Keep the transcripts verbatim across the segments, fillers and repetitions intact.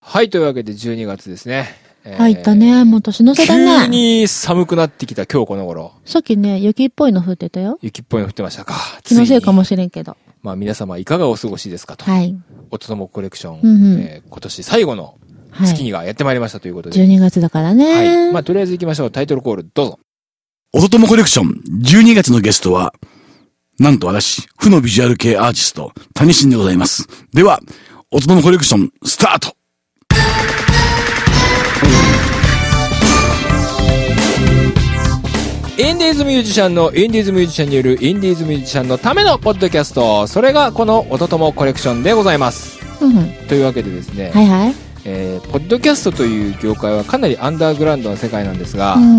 はい、というわけでじゅうにがつですね。 えー、入ったね。もう年の瀬だね。 急に寒くなってきた今日この頃。 さっきね、雪っぽいの降ってたよ。 雪っぽいの降ってましたか。 気のせいかもしれんけど。 まあ皆様いかがお過ごしですかと。 はい。 おとともコレクション、 うんうん、 えー、今年最後の月がやってまいりましたということで。 じゅうにがつだからね。 はい。まあとりあえず行きましょう。タイトルコールどうぞ。 おとともコレクションじゅうにがつのゲストは、なんと私、負のビジュアル系アーティスト、谷新でございます。では、おとともコレクションスタート。 インディーズミュージシャンのインディーズミュージシャンによるインディーズミュージシャンのためのポッドキャスト、それがこのおとともコレクションでございます、うん、というわけでですね、 はいはい、 えー、ポッドキャストという業界はかなりアンダーグラウンドな世界なんですが、 うん、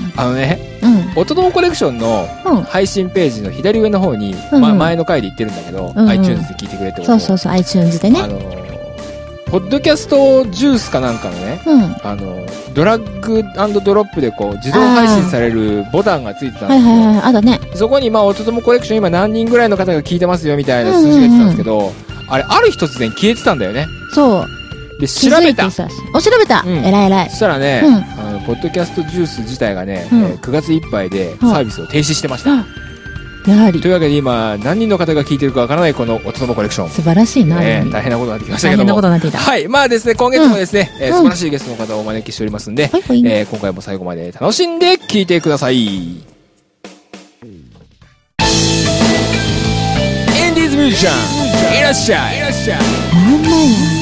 あのね、 うん、 おとともコレクションの配信ページの左上の方に、 うんま、前の回で言ってるんだけど、うん、iTunes で聞いてくれってこと。 そうそうそう、iTunes でね、 あのポッドキャストジュースかなんかのね、 うん、 あのドラッグ&ドロップでこう自動配信されるボタンがついてたんですよ。 はいはいはい、あだね。 そこにまあおとともコレクション今何人ぐらいの方が聞いてますよみたいな数字が出てたんですけど、うんうんうん、あれある日突然消えてたんだよね。 そうで調べた。 お調べた、うん、えらいえらい。 そしたらね、 うん、 あのポッドキャストジュース自体がね、 うん、 えー、くがついっぱいでサービスを停止してました、うん、 やはりというわけで今何人の方が聞いてるかわからないこのおとともコレクション、 素晴らしいな、 ね、大変なことになってきましたけども、 大変なことになっていた。 はい、まあですね、今月もですね、うん、えー、素晴らしいゲストの方をお招きしておりますんで、 はいはい、 えー、今回も最後まで楽しんで聞いてください。インディーズミュージシャンいらっしゃい、いらっしゃい。 なんだよ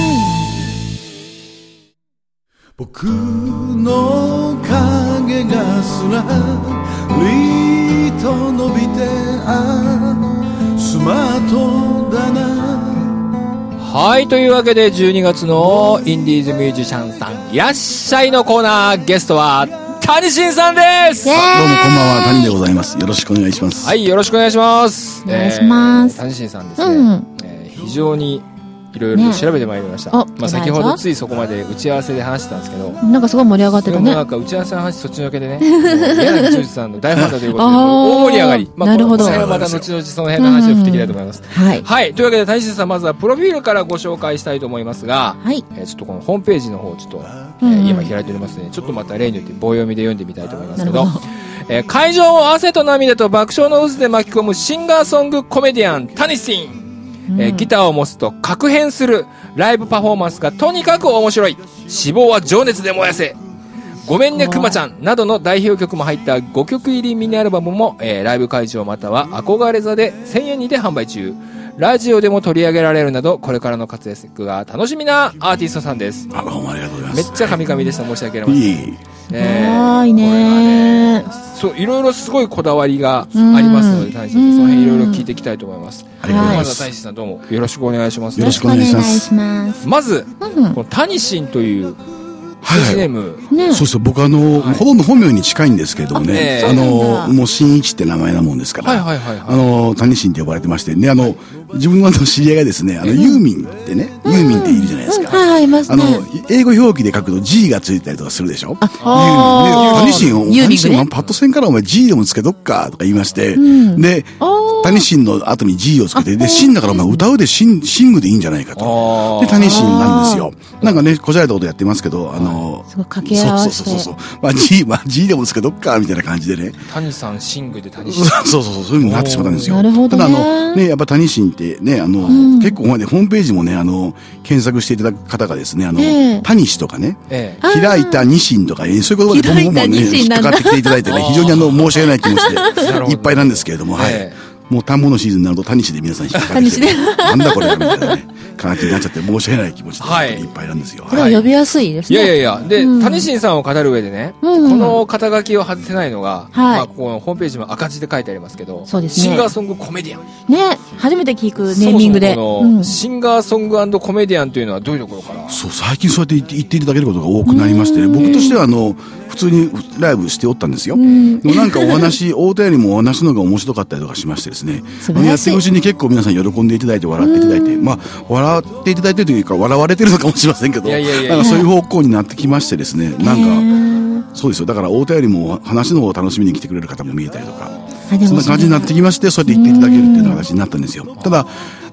僕の影がすらりと伸びて、あスマートだな。 はい、というわけでじゅうにがつのインディーズミュージシャンさんいらっしゃいのコーナー、ゲストは谷新さんです。 どうもこんばんは、谷でございます。よろしくお願いします。 はい、よろしくお願いします。 お願いします。 えー、谷新さんですね、 うん、 えー、非常にいろいろと調べてまいりました、ね、まあ、先ほどついそこまで打ち合わせで話してたんですけど、 なんかすごい盛り上がってたね。 でもなんか打ち合わせの話そっちのけでね、柳ジョージさんの大ファンだということで大盛り上がり、まあ、 なるほど。 この辺はまた後々その辺の話を振っていきたいと思います、 うん、はい、 はい、というわけで谷新さん、まずはプロフィールからご紹介したいと思いますが、 はい、 えー、ちょっとこのホームページの方ちょっと、えー、今開いておりますので、ちょっとまた例によって棒読みで読んでみたいと思いますけど、えー、会場を汗と涙と爆笑の渦で巻き込むシンガーソングコメディアン谷新、うん、えー、ギターを持つと確変するライブパフォーマンスがとにかく面白い、脂肪は情熱で燃やせ、ごめんねくまちゃんなどの代表曲も入ったごきょく入りミニアルバムも、えー、ライブ会場または憧れ座でせんえんにて販売中。ラジオでも取り上げられるなどこれからの活躍が楽しみなアーティストさんです。 あ、どうもありがとうございます。 めっちゃカミカミでした。申し訳ありません。いい、 えー、いいね。 そう、いろいろすごいこだわりがありますので、谷新さんその辺いろいろ聞いていきたいと思います。 ありがとうございます。 まずは谷新さんどうもよろしくお願いします。 よろしくお願いします。 まず、うん、この谷新というはいはい、 ネーム、 ね、そうそう、僕あの、はい、ほとんど本名に近いんですけどもね、あ、あの、もう新一って名前なもんですから、 はいはいはいはい、 あの、谷新って呼ばれてまして、ね、あの、自分の知り合いがですね、あの、ユーミンってね、ユーミンっているじゃないですか。 はいはい、いますね。 あの、英語表記で書くと G がついたりとかするでしょ。 あ、 ユーミン。で、谷新を、谷新はパッとせんからお前 G でもつけとっか、とか言いまして、うん、で、谷新の後に G をつけて、で、新だからお前歌うでシン、シングでいいんじゃないかと。で、谷新なんですよ。なんかね、こじゃれたことやってますけど、あの、 すごい掛け合わせて。 そうそうそうそう。まあ G、まあ G でもつけとっか、みたいな感じでね。 谷さんシングで谷新。 そうそうそう、そういう風になってしまったんですよ。 なるほどね。 ただあの、ね、やっぱ谷新ってね、あの、うん、結構ホームページもね、あの、検索していただく方がですね、あの、えー、谷氏とかね、えー、開いたニシンとか、そういう言葉で僕もね、引っかかってきていただいてね、非常にあの、申し訳ない気持ちでいっぱいなんですけれども、はい。えーもう田んぼのシーズンになると谷氏で皆さん引っかかってきて、なんだこれみたいなね、感じになっちゃって申し訳ない気持ちで、はい、いっぱいなんですよ。 これは呼びやすいですね。 いやいやいや、で、うん、谷新さんを語る上でね、うん、この肩書きを外せないのが、はい、まあ、このホームページも赤字で書いてありますけど、 そうですね。 シンガーソングコメディアン。 ね、初めて聞くネーミングで。 そもそもこの、うん、シンガーソング&コメディアンというのはどういうところから？ そう、最近そうやって言って、言っていただけることが多くなりまして、ね、僕としてはあの、普通にライブしておったんですよ。でもなんかお話、大手よりもお話の方が面白かったりとかしましてですね。やっていくうちに結構皆さん喜んでいただいて笑っていただいて、まあ、笑っていただいてというか、笑われてるのかもしれませんけど、なんかそういう方向になってきましてですね、なんか、そうですよ。だから大手よりも話の方を楽しみに来てくれる方も見えたりとか、そんな感じになってきまして、そうやって言っていただけるっていう形になったんですよ。ただ、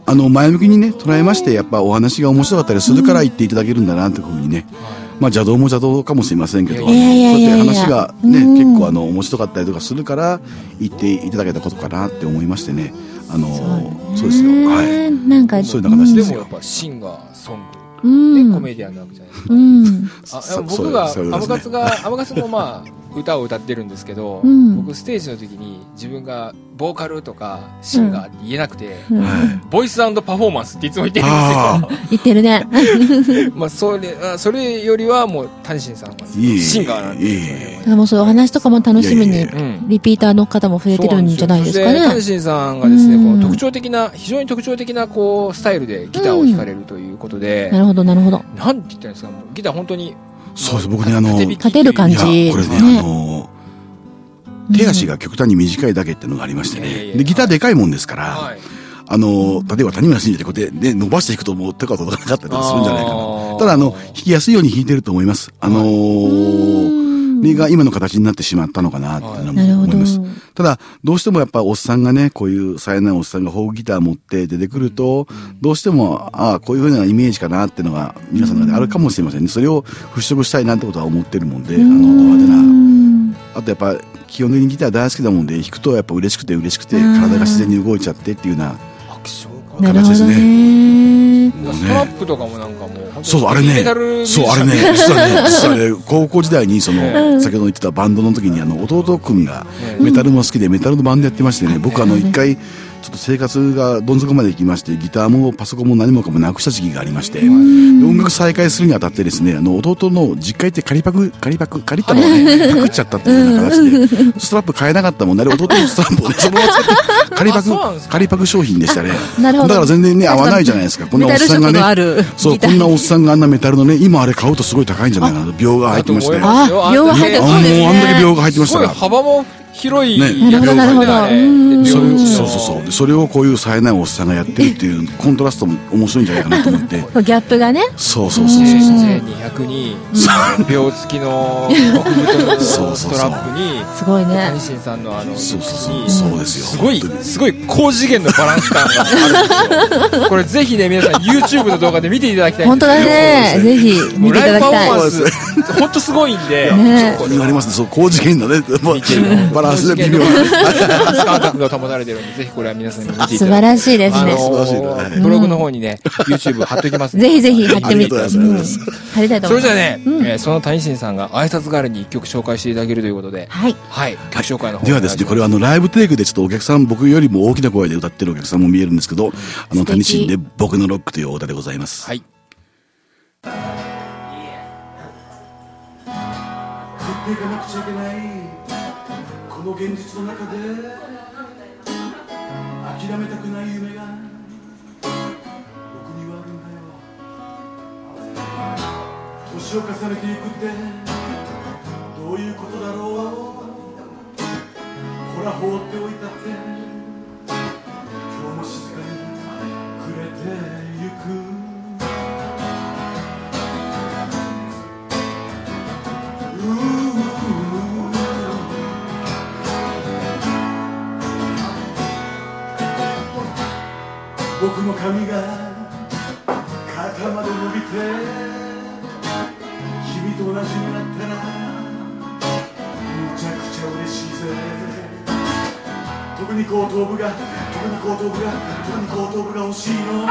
あの前向きにね捉えまして、やっぱお話が面白かったりするから言っていただけるんだなというふうにね、まあ邪道も邪道かもしれませんけど、そうやって話がね結構あの面白かったりとかするから言っていただけたことかなって思いましてね、あのそうですよ、はい、なんかそういう形ですよ。 でもやっぱシンガーソングうん、 でコメディアンなわけじゃないですか。 うん、 あ僕がアムカツがアムカツもまあ歌を歌ってるんですけど、 うん、 僕ステージの時に自分がボーカルとかシンガーって言えなくて、 うんうん、 ボイス&パフォーマンスっていつも言ってるんですよ。 言ってるね。 まあそれそれよりはもうタニシンさんはシンガーなんで、 でもそういうお話とかも楽しみにリピーターの方も増えてるんじゃないですかね。 タニシンさんがですね、この特徴的な非常に特徴的なこうスタイルでギターを弾かれるということで、 うん、なるほどなるほど。 なんて言ったらいいんですか、ギター本当にそうです。僕ね、あの立てる感じ、 いやこれね、ね、あの手足が極端に短いだけっていうのがありましてね、でギターでかいもんですから、はい、あの例えば谷村新司でこうやって、ね、伸ばしていくともう手が届かなかったりとかするんじゃないかな。ただあの弾きやすいように弾いてると思います。あのーが今の形になってしまったのかなっていうのも思います。ただどうしてもやっぱおっさんがね、こういう冴えないおっさんがフォークギター持って出てくると、どうしてもああこういう風なイメージかなっていうのが皆さんの中であるかもしれませんね。それを払拭したいなってことは思ってるもんで、あのド派手な、あとやっぱ基本的にギター大好きだもんで、弾くとやっぱ嬉しくて嬉しくて体が自然に動いちゃってっていうような形ですね。 ストラップとかもなんかもうそうあれね、そうあれね、実はね、実はね、高校時代にその先ほど言ってたバンドの時にあの弟くんがメタルも好きでメタルのバンドやってましてね、僕あの一回ちょっと生活がどん底まで行きまして、ギターもパソコンも何もかもなくした時期がありまして、音楽再開するにあたってですね、あの弟の実家行って仮パク仮パク借りたのをねパクっちゃったっていうような形でストラップ買えなかったもんね、弟のストラップをねそのまま使って仮パク仮パク商品でしたね。だから全然ね合わないじゃないですか。こんなおっさんがね、そうこんなおっさんがあんなメタルのね、今あれ買うとすごい高いんじゃないかな。秒が入ってまして、 あ秒が入ってましたね。 もうあんだけ秒が入ってましたから。 幅も広い、 ね、なるほどなるほど。 それそうそうそう。それをこういう冴えないおっさんがやってるっていうコントラストも面白いんじゃないかなと思って。ギャップがね。 そうそうそうそう。 にひゃくに秒付きのストラップにすごいね。 谷新さんのあのそうそうそうですよ。 すごいすごい高次元のバランス感があるんですよ。これぜひね皆さん YouTube の動画で見ていただきたいんですよ。 本当だね。ぜひ見ていただきたい。 本当すごいんで。 言われますね。そう高次元だね。バランスで微妙な感覚が保たれてるんで、ぜひこれは皆さんに見ていただきたい。 素晴らしいですね。 ブログの方にね YouTube 貼っておきます。 ぜひぜひ貼ってみて。貼りたいと思います。 それじゃあね、その谷新さんが挨拶代わりに一曲紹介していただけるということで、はいはい曲紹介の方ではですね、これはあのライブテイクでちょっとお客さん、僕よりも大きな声で歌ってるお客さんも見えるんですけど、あの谷新で僕のロックというお歌でございます。はい。 振っていかなくちゃいけないこの現実の中で諦めたくない夢が僕にはあるんだよ。年を重ねていくってどういうことだろう。ほら放っておいたって今日も静かに暮れてゆく。僕の髪が肩まで伸びて君と同じになったらむちゃくちゃ嬉しいぜ。特に後頭部が特に後頭部が特に後頭部が欲しいの。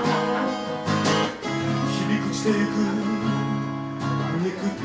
響くしてゆく肉体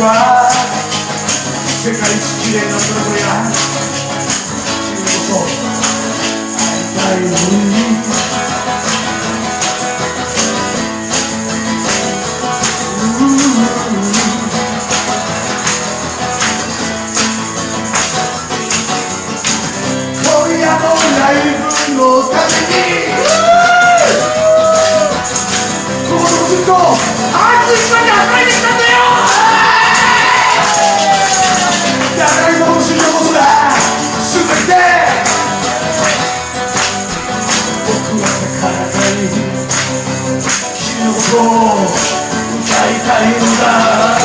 は世界一綺麗なドラゴンや君こそ会いたいのに今夜のライブのためにこのずっと暑いまで離れてきたんだよ誰も欲しいよことだすべて僕は体に君のことを歌いたいのだ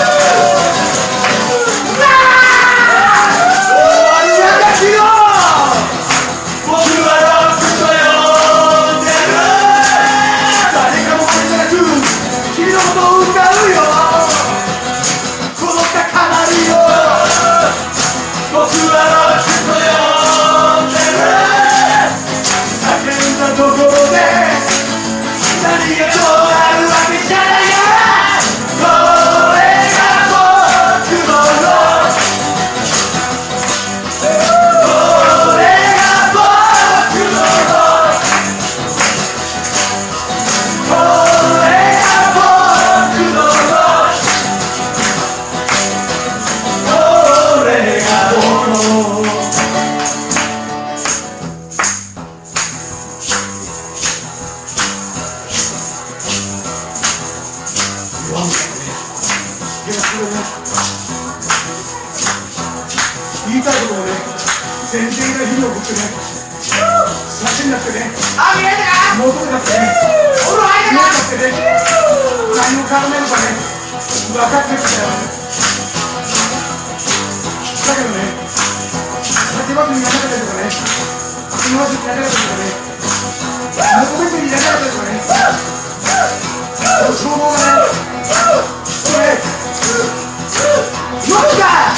言いたいことをね、全然が火を送ってね、差しになってね、求めなくてね、お風呂入れなくてね、何も絡めるかね、分かってるんだよ。だけどね、叫ばずにいなかったりとかね、言わずにいなかったりとかね、求めずにいなかったりとかね、その衝動がね、これ、よっしゃ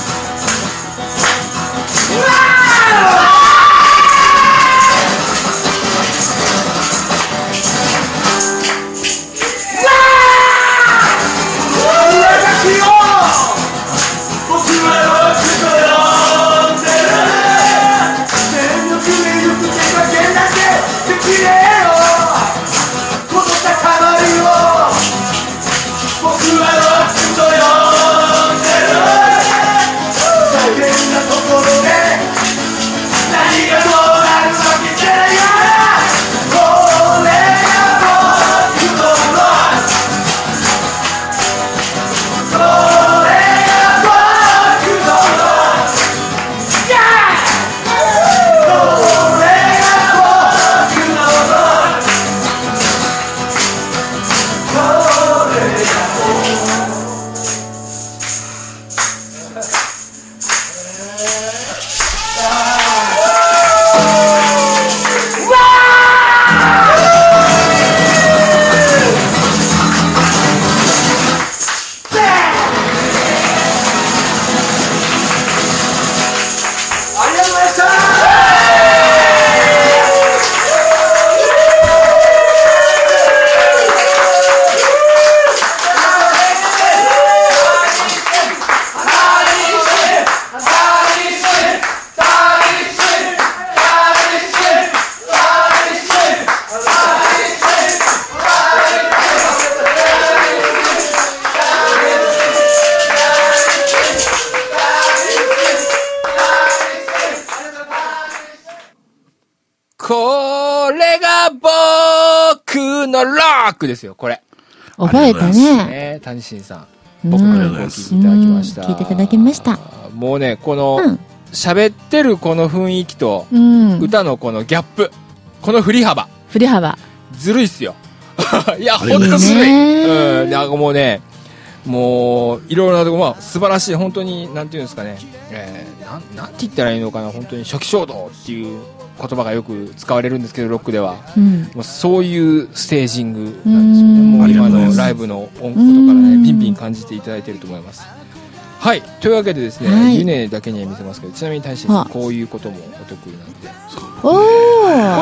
これが僕のロックですよ、これ。 覚えたね。 谷新さん。僕の曲を聴いていただきました。 聴いていただきました。 もうね、この、喋、うん、ってるこの雰囲気と、うん、歌のこのギャップ、この振り幅。 振り幅。 ずるいっすよ。いや、ほんとずるい。うん。なんかもうね、もう、いろいろなとこ、まあ、素晴らしい、本当に、なんていうんですかね、えー、なん、なんて言ったらいいのかな、本当に初期衝動っていう言葉がよく使われるんですけど、ロックでは。うん、もうそういうステージングなんですよね。もう今のライブの音符とからね、ビンビン感じていただいていると思います。はい。というわけでですね、はい、ユネだけには見せますけど、ちなみに大志さん、こういうこともお得意なんで。おー。こ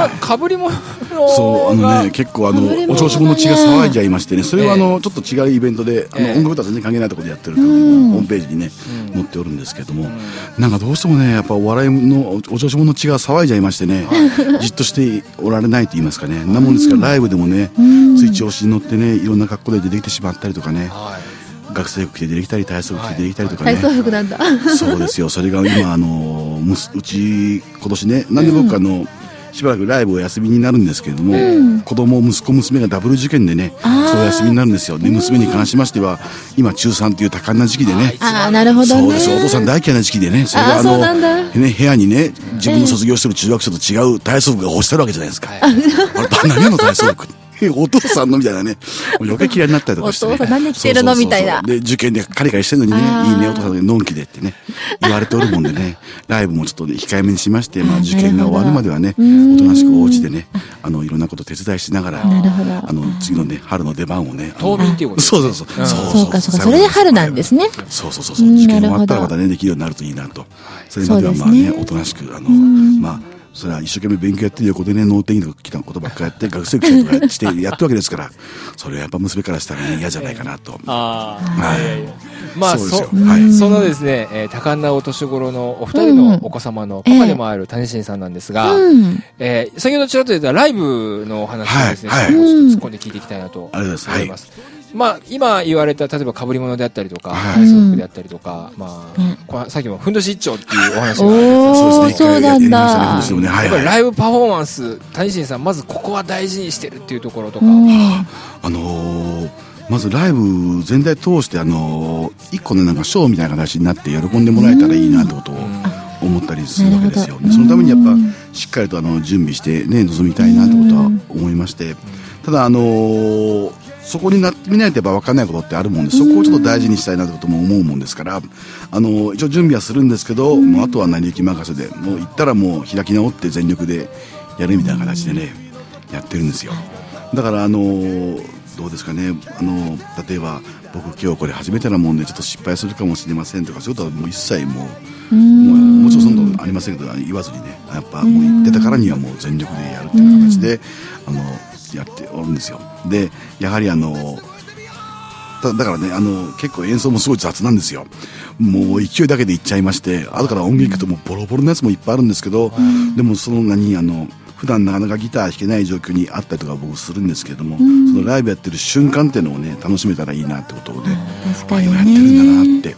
かぶり物そう、あのね、結構あの、お調子者の血が騒いじゃいましてね、それはあの、ちょっと違うイベントで、あの、音楽とは全然関係ないところでやってるというホームページにね、載っておるんですけども、なんかどうしてもね、やっぱお笑いのお調子者の血が騒いじゃいましてね、じっとしておられないと言いますかね、なもんですからライブでもね、つい調子に乗ってね、いろんな格好で出てきてしまったりとかね、学生服着て出てきたり体操服着て出てきたりとかね、 体操服なんだ。 そうですよ。それが今あのうち今年ね、なんで僕あのしばらくライブお休みになるんですけれども、子供息子娘がダブル受験でね、そうお休みになるんですよ。で娘に関しましては今中さんという多感な時期でね、 ああなるほどね。 そうです。お父さん大嫌いな時期でね、それがあのね部屋にね自分の卒業してる中学生と違う体操服が干してあるわけじゃないですか。あれ何の体操服。お父さんのみたいなね、余計嫌いになったりとかして、ね、 お父さん何で着てるのみたいな。 で受験でカリカリしてるのにね、いいねお父さんでのんきでってね言われておるもんでね、ライブもちょっと、ね、控えめにしまして、まあ受験が終わるまではね、おとなしくお家でね、あのいろんなこと手伝いしながら、あの次のね春の出番をね、 冬眠っていうこと。 そうそうそう、 そうそうかそうか、それで春なんですね。 そうそうそうそう、受験終わったらまたねできるようになるといいなと。それまではまあねおとなしくあのまあ。それは一生懸命勉強やってる横でね、脳天気とか来たことばっかりやって、学生来たりとかしてやってるわけですから、それはやっぱ娘からしたらね、嫌じゃないかなと。 ああ、はい。まあ、そ、 はい、 そのですね、えー、多感なお年頃のお二人のお子様のパパでもある谷新さんなんですが、うん、えー、先ほどちらっと言ったライブのお話をですね、はいはい、ちょっと突っ込んで聞いていきたいなと思います。はい、まあ、今言われた例えば被り物であったりとか、体操服であったりとか、まあ、さっきもふんどし一丁っていうお話があって、そうなんだ。 やっぱりライブパフォーマンス、谷新さんまずここは大事にしてるっていうところとか、 あのまずライブ全体通してあの一個ねなんかショーみたいな形になって喜んでもらえたらいいなってことを思ったりするわけですよ。そのためにやっぱしっかりとあの準備してね臨みたいなってことは思いまして、ただあのーそこになってみないとやっぱ分かんないことってあるもんで、そこをちょっと大事にしたいなってことも思うもんですから、あの一応準備はするんですけど、もうあとは成り行き任せで、もう行ったらもう開き直って全力でやるみたいな形でねやってるんですよ。だからあのどうですかね、あの例えば僕今日これ初めてなもんでちょっと失敗するかもしれませんとかそういうことはもう一切もう、もうもちろんそんなことありませんけど言わずにね、やっぱもう言ってたからにはもう全力でやるっていう形であのやっておるんですよ。でやはりあの だ, だからねあの結構演奏もすごい雑なんですよ。もう勢いだけでいっちゃいまして、後から音源ともボロボロのやつもいっぱいあるんですけど、でもその何あの普段なかなかギター弾けない状況にあったりとか僕するんですけれども、そのライブやってる瞬間っていうのをね楽しめたらいいなってことをね、あ今やってるんだなって、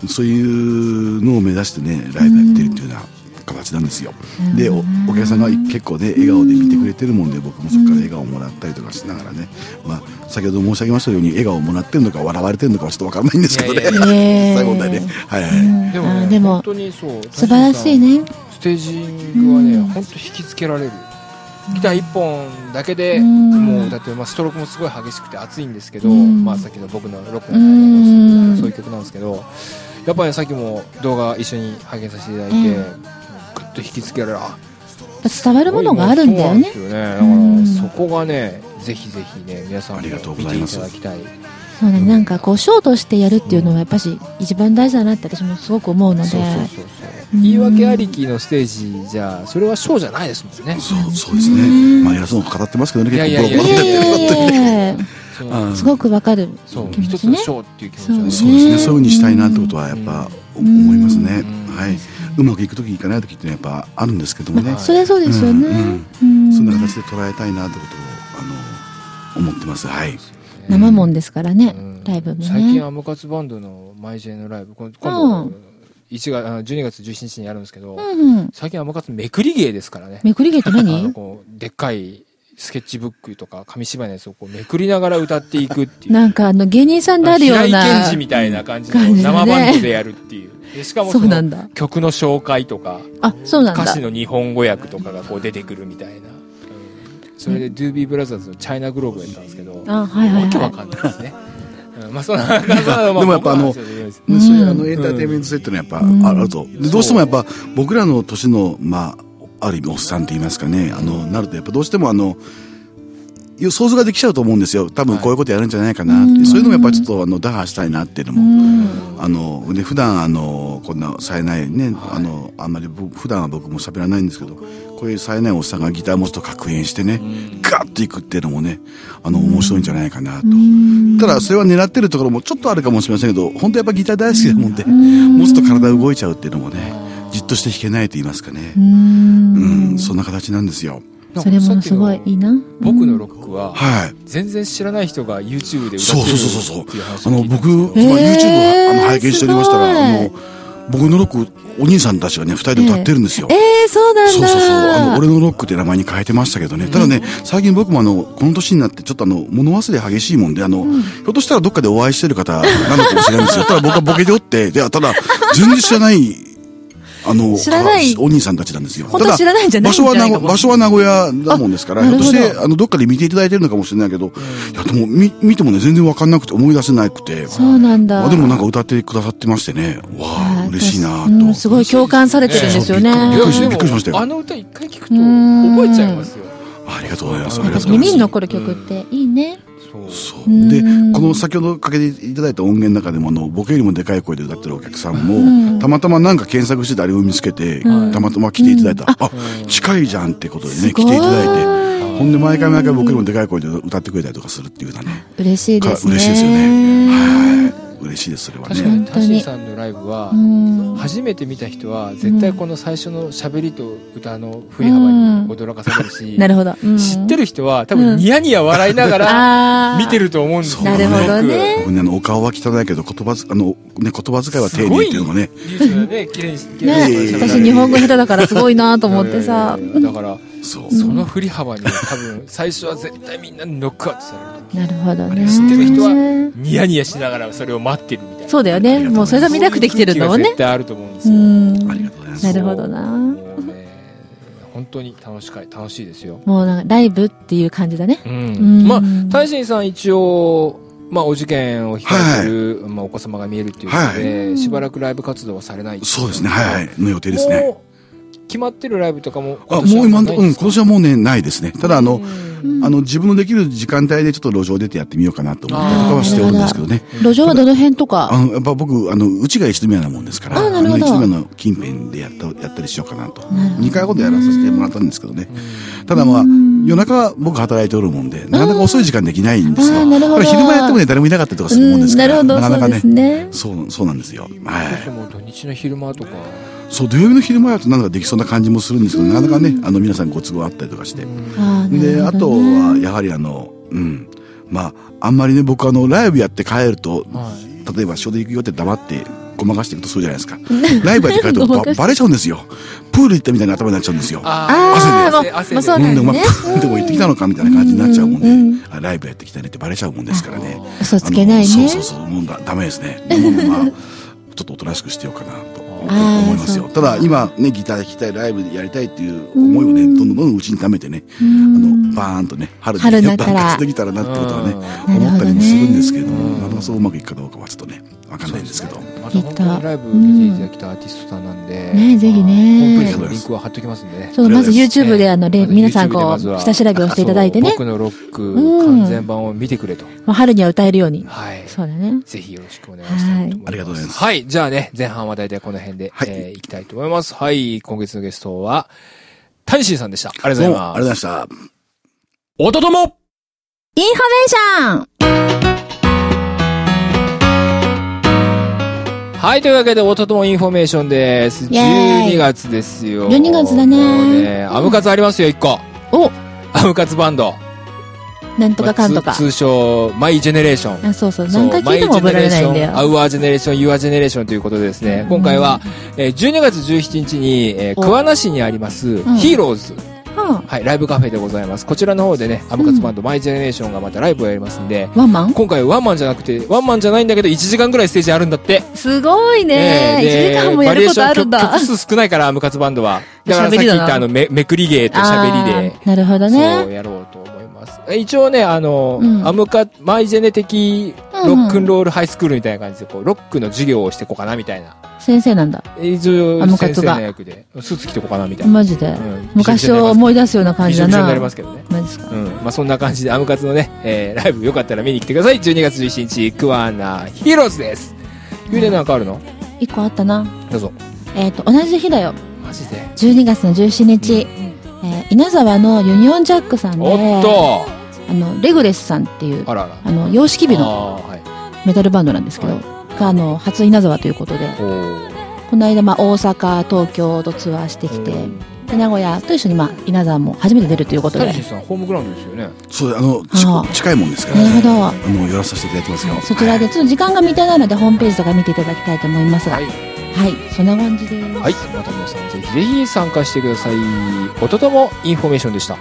そういうのを目指してねライブやってるっていうような形なんですよ。で お, お客さんが結構ね笑顔で見てくれてるもんで、僕もそこから笑顔をもらったりとかしながらね、まあ、先ほど申し上げましたように笑顔をもらってるのか笑われてるのかはちょっと分からないんですけどね、最後問題ね、はいはい、うん、 でもね、 でも本当にそう素晴らしいね。 ステージングはね、うん、本当引きつけられる。ギターいっぽんだけで、うん、もうだってまあストロークもすごい激しくて熱いんですけど、うん、まあさっきの僕のロックの、うん、そういう曲なんですけど、やっぱり、ね、さっきも動画一緒に拝見させていただいて、うん、グッと引きつけられる。 伝わるものがあるんだよね。 そうなんですよね。だからそこがね、ぜひぜひね皆さんも見ていただきたい。 そうね、なんかこうショーとしてやるっていうのはやっぱし一番大事だなって私もすごく思うので、そうそうそうそう、 言い訳ありきのステージじゃそれはショーじゃないですもんね。 そうそうですね。まあ偉そうに語ってますけどね、結構ボロボロになってる。 すごくわかる。 そう一つのショーっていう気持ちはね。 そうですね。そういう風にしたいなってことはやっぱ思いますね。はい。うまくいく時いかない時ってやっぱあるんですけどもね。 それはそうですよね。 そんな形で捉えたいなってことをあの思ってます。はい。 生もんですからね、うん、ライブもね。 最近アムカツバンドのマイジェのライブ今度いちがつじゅうにがつじゅうしちにちにやるんですけど、うんうん、最近アムカツめくり芸ですからね。 めくり芸って何？ あのこうでっかいスケッチブックとか紙芝居のやつをこうめくりながら歌っていくっていう、 なんかあの芸人さんであるような平井堅二みたいな感じの生バンドでやるっていう、でしかもその曲の紹介とか、 あ、そうなんだ、 歌詞の日本語訳とかがこう出てくるみたいな。それでドゥービーブラザーズのチャイナグローブやったんですけど、 あ、はいはいはい、 わけわかんないですね。うん、まあそんな感じでもやっぱあの、そういうあのエンターテインメント性っていうのはやっぱあると、でどうしてもやっぱ僕らの年のまあある意味おっさんと言いますかね、あのなるとやっぱどうしてもあのいう想像ができちゃうと思うんですよ。多分こういうことやるんじゃないかなって、はい、そういうのもやっぱりちょっとあの打破したいなっていうのも、あので普段あのこんな冴えないね、はい、あのあんまり普段は僕も喋らないんですけど、こういう冴えないおっさんがギター持つと格変してね、ガッといくっていうのもね、あの面白いんじゃないかなと。ただそれは狙ってるところもちょっとあるかもしれませんけど、本当やっぱギター大好きなもんで、持つと体動いちゃうっていうのもね、じっとして弾けないと言いますかね。うん、うん、そんな形なんですよ。 それもすごいいいな。 僕のロックは、はい、全然知らない人が YouTube で歌ってるっていう話を聞いて、 あの僕、まあ、YouTube あの拝見しておりましたら、あの僕のロックお兄さんたちがね二人で歌ってるんですよ。 えー、えー、そうなんだ。 そうそうそう。あの俺のロックって名前に変えてましたけどね。ただね、最近僕もあのこの年になってちょっとあの物忘れ激しいもんで、あの、うん、ひょっとしたらどっかでお会いしてる方なのかもしれないんですよ。ただ僕はボケでおって、でただ全然知らない。あの、知らないお兄さんたちなんですよ。 本当知らないんじゃない場所は名古、場所は名古屋だもんですから、ひょっとして、あの、どっかで見ていただいてるのかもしれないけど、いや、でも、み、見てもね、全然わかんなくて、思い出せなくて。 そうなんだ。 あ、でもなんか歌ってくださってましてね、わあ、嬉しいなと、 うん。すごい共感されてるんですよね。 びっくりし、びっくりしましたよ。 あの歌一回聞くと、覚えちゃいますよ。 ありがとうございます。ありがとうございます。 耳に残る曲っていいね。 そう。で、この先ほどかけていただいた音源の中でも、あの、僕よりもでかい声で歌ってるお客さんも、うん、たまたまなんか検索してあれを見つけて、うん、たまたま来ていただいた、うん、あ、近いじゃんってことでね、来ていただいて、ほんで毎回毎回僕よりもでかい声で歌ってくれたりとかするっていうのはね。 嬉しいですね。 嬉しいですよね。はい。嬉しいです、それはね。 確かに、タシーさんのライブは、うん、初めて見た人は、絶対この最初の喋りと歌の振り幅に驚かされるし、 うん、なるほど、うん、 知ってる人は多分ニヤニヤ笑いながら見てると思うんですよ、 ね。なるほどね。 僕ね、あの、お顔は汚いけど、言葉ず、あの、ね、言葉遣いは丁寧っていうのがね。 ね、綺麗に、 綺麗に。ね、私日本語下手だからすごいなと思ってさ。 だから、そう。その振り幅に多分、最初は絶対みんなにノックアウトされる。 なるほどね。 知ってる人は、ニヤニヤしながらそれを待ってるみたいな。 そうだよね。もうそれが見たくてきてるんだもんね。 絶対あると思うんですよ。 ありがとうございます。 なるほどな。 本当に楽しかい、楽しいですよ。 もうなんかライブっていう感じだね。 うん。まあ、大臣さん一応、まあ、お受験を控えてる、まあ、お子様が見えるっていうことで、しばらくライブ活動はされない。 そうですね。はいはい。の予定ですね。 決まってるライブとかもあ、もう今、うん、今年はもうね、ないですね。ただ、あの、あの、自分のできる時間帯でちょっと路上出てやってみようかなと思ったりとかはしておるんですけどね。 路上はどの辺とかあの、やっぱ僕、あの、うちが一宮なもんですから、あ、なるほど。あの、一宮の近辺でやった、やったりしようかなと。にかいほどやらさせてもらったんですけどね。ただまあ、夜中は僕働いておるもんで、なかなか遅い時間できないんですよ。なるほど。昼間やってもね、誰もいなかったりとかするもんですから。なかなかね。そう、そうなんですよ。はい。 土日の昼間とか。 そう、土曜日の昼間やとなんかできそうな感じもするんですけど、なかなかね、あの、皆さんご都合あったりとかして。で、あとは、やはりあの、うん。まあ、あんまりね、僕あの、ライブやって帰ると、例えば、書で行くよって黙って、ごまかしていくとするじゃないですか。ライブやって帰るとバ、バレちゃうんですよ。プール行ったみたいな頭になっちゃうんですよ。 汗で。汗で。汗で。 でも、でも行ってきたのかみたいな感じになっちゃうもんで、ライブやってきたねってバレちゃうもんですからね。 嘘つけないね。 そうそうそう、もうダメですね。まあ、ちょっとおとなしくしてようかなと。思いますよ。ただ今ね、ギター弾きたい、ライブでやりたいっていう思いをね、どんどんどんどんうちに溜めてね、あの、バーンとね、春にね、爆発できたらなってことはね、思ったりもするんですけれども、なかなかそううまくいくかどうかはちょっとね、わかんないんですけど。 また本当にライブ見ていただきたアーティストさんなんで、 ね、ぜひね。 ホームページのリンクは貼っときますんでね。 そう、まず YouTube であの、皆さんこう、下調べをしていただいてね。 僕のロック完全版を見てくれと。 春には歌えるように。 はい。 そうだね。 ぜひよろしくお願いしたいと思います。 ありがとうございます。 はい。じゃあね、前半は大体この辺で、えー、いきたいと思います。はい。今月のゲストは、タニシーさんでした。ありがとうございます。 ありがとうございました。 音ともインフォメーションはい、というわけで、音ともインフォメーションです。じゅうにがつですよ。 じゅうにがつだね。 ねアムカツありますよ、いっこ。 おアムカツバンド。 なんとかかんとか。 まあ、通称、マイジェネレーション。 あ、そうそう。何回聞いても覚えられないんだよ。 アウアージェネレーション、ユアジェネレーションということでですね、今回は、えー、じゅうにがつじゅうしちにちに、えー、桑名市にあります、ヒーローズ。はい、ライブカフェでございます。こちらの方でね、アムカツバンド、マイジェネレーションがまたライブをやりますんで、 ワンマン今回ワンマンじゃなくて、ワンマンじゃないんだけど、いちじかんぐらいステージあるんだって。 すごいね。いちじかんもやることあるんだ。 曲数少ないから、アムカツバンドは。だからさっき言ったあの、め、めくり芸と喋りで。 なるほどね。 そうやろうと思います。一応ね、あの、アムカ、マイジェネ的ロックンロールハイスクールみたいな感じで、こう、ロックの授業をしていこうかな、みたいな。 先生なんだ。 一応、先生の役で、スーツ着てこうかな、みたいな。 マジで。昔を思い出すような感じだな。 びしょびしょになりますけどね。 マジですか。 うん。まあ、そんな感じで、アムカツのね、えー、ライブよかったら見に来てください。じゅうにがつじゅうしちにち、クワナヒーローズです。ゆうでなんかあるの？ 一個あったな。 どうぞ。 えっと、同じ日だよ。 マジでじゅうにがつのじゅうしちにち、うん、えー、稲沢のユニオンジャックさんで、 おっとあの、レグレスさんっていう、 あららあの、洋式美のメタルバンドなんですけど、はい、が、あの、初稲沢ということで、この間、まあ、大阪、東京とツアーしてきて、で名古屋と一緒に、まあ、稲沢も初めて出るということで。 タニシさん、ホームグラウンドですよね。 そう、あの、あ近いもんですから、 ね。なるほど。 あの、寄らさせていただいてますよ。 そちらで、ちょっと時間が未定なので、ホームページとか見ていただきたいと思いますが、はい。はい、そんな感じです。 はい。また皆さん、ぜひぜひ参加してください。音ともインフォメーションでした。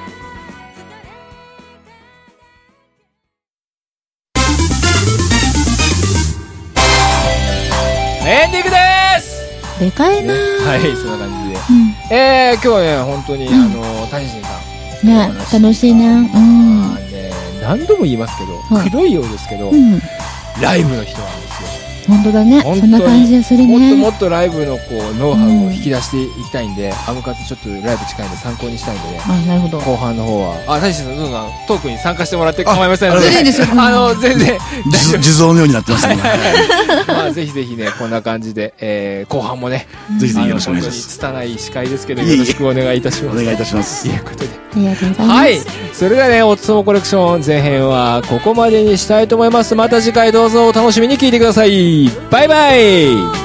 エンディングでーす。 でかいなー、 ね、はい、そんな感じで。うん、えー、今日はね、本当に、うん、あの、タニシンさん。 ね、楽しいな。うん。 ね、何度も言いますけど、はい、くどいようですけど、うん、ライブの人なんですよ。 本当だね。そんな感じでするね。 もっともっとライブのこうノウハウを引き出していきたいんで、うん、アムカツちょっとライブ近いんで参考にしたいんでね。 あ、なるほど。 後半の方は、あ、大志さんどうぞトークに参加してもらって構いませんので、あの全然地蔵のようになってますね。 まあぜひぜひねこんな感じで、えー、後半もね、 ぜひぜひよろしくお願いします。 拙い司会ですけどよろしくお願いいたします。 お願いいたします。 ということで、 ありがとうございます。 はい、それではね、おつもコレクション前編はここまでにしたいと思います。また次回どうぞお楽しみに聞いてください。バイバイ。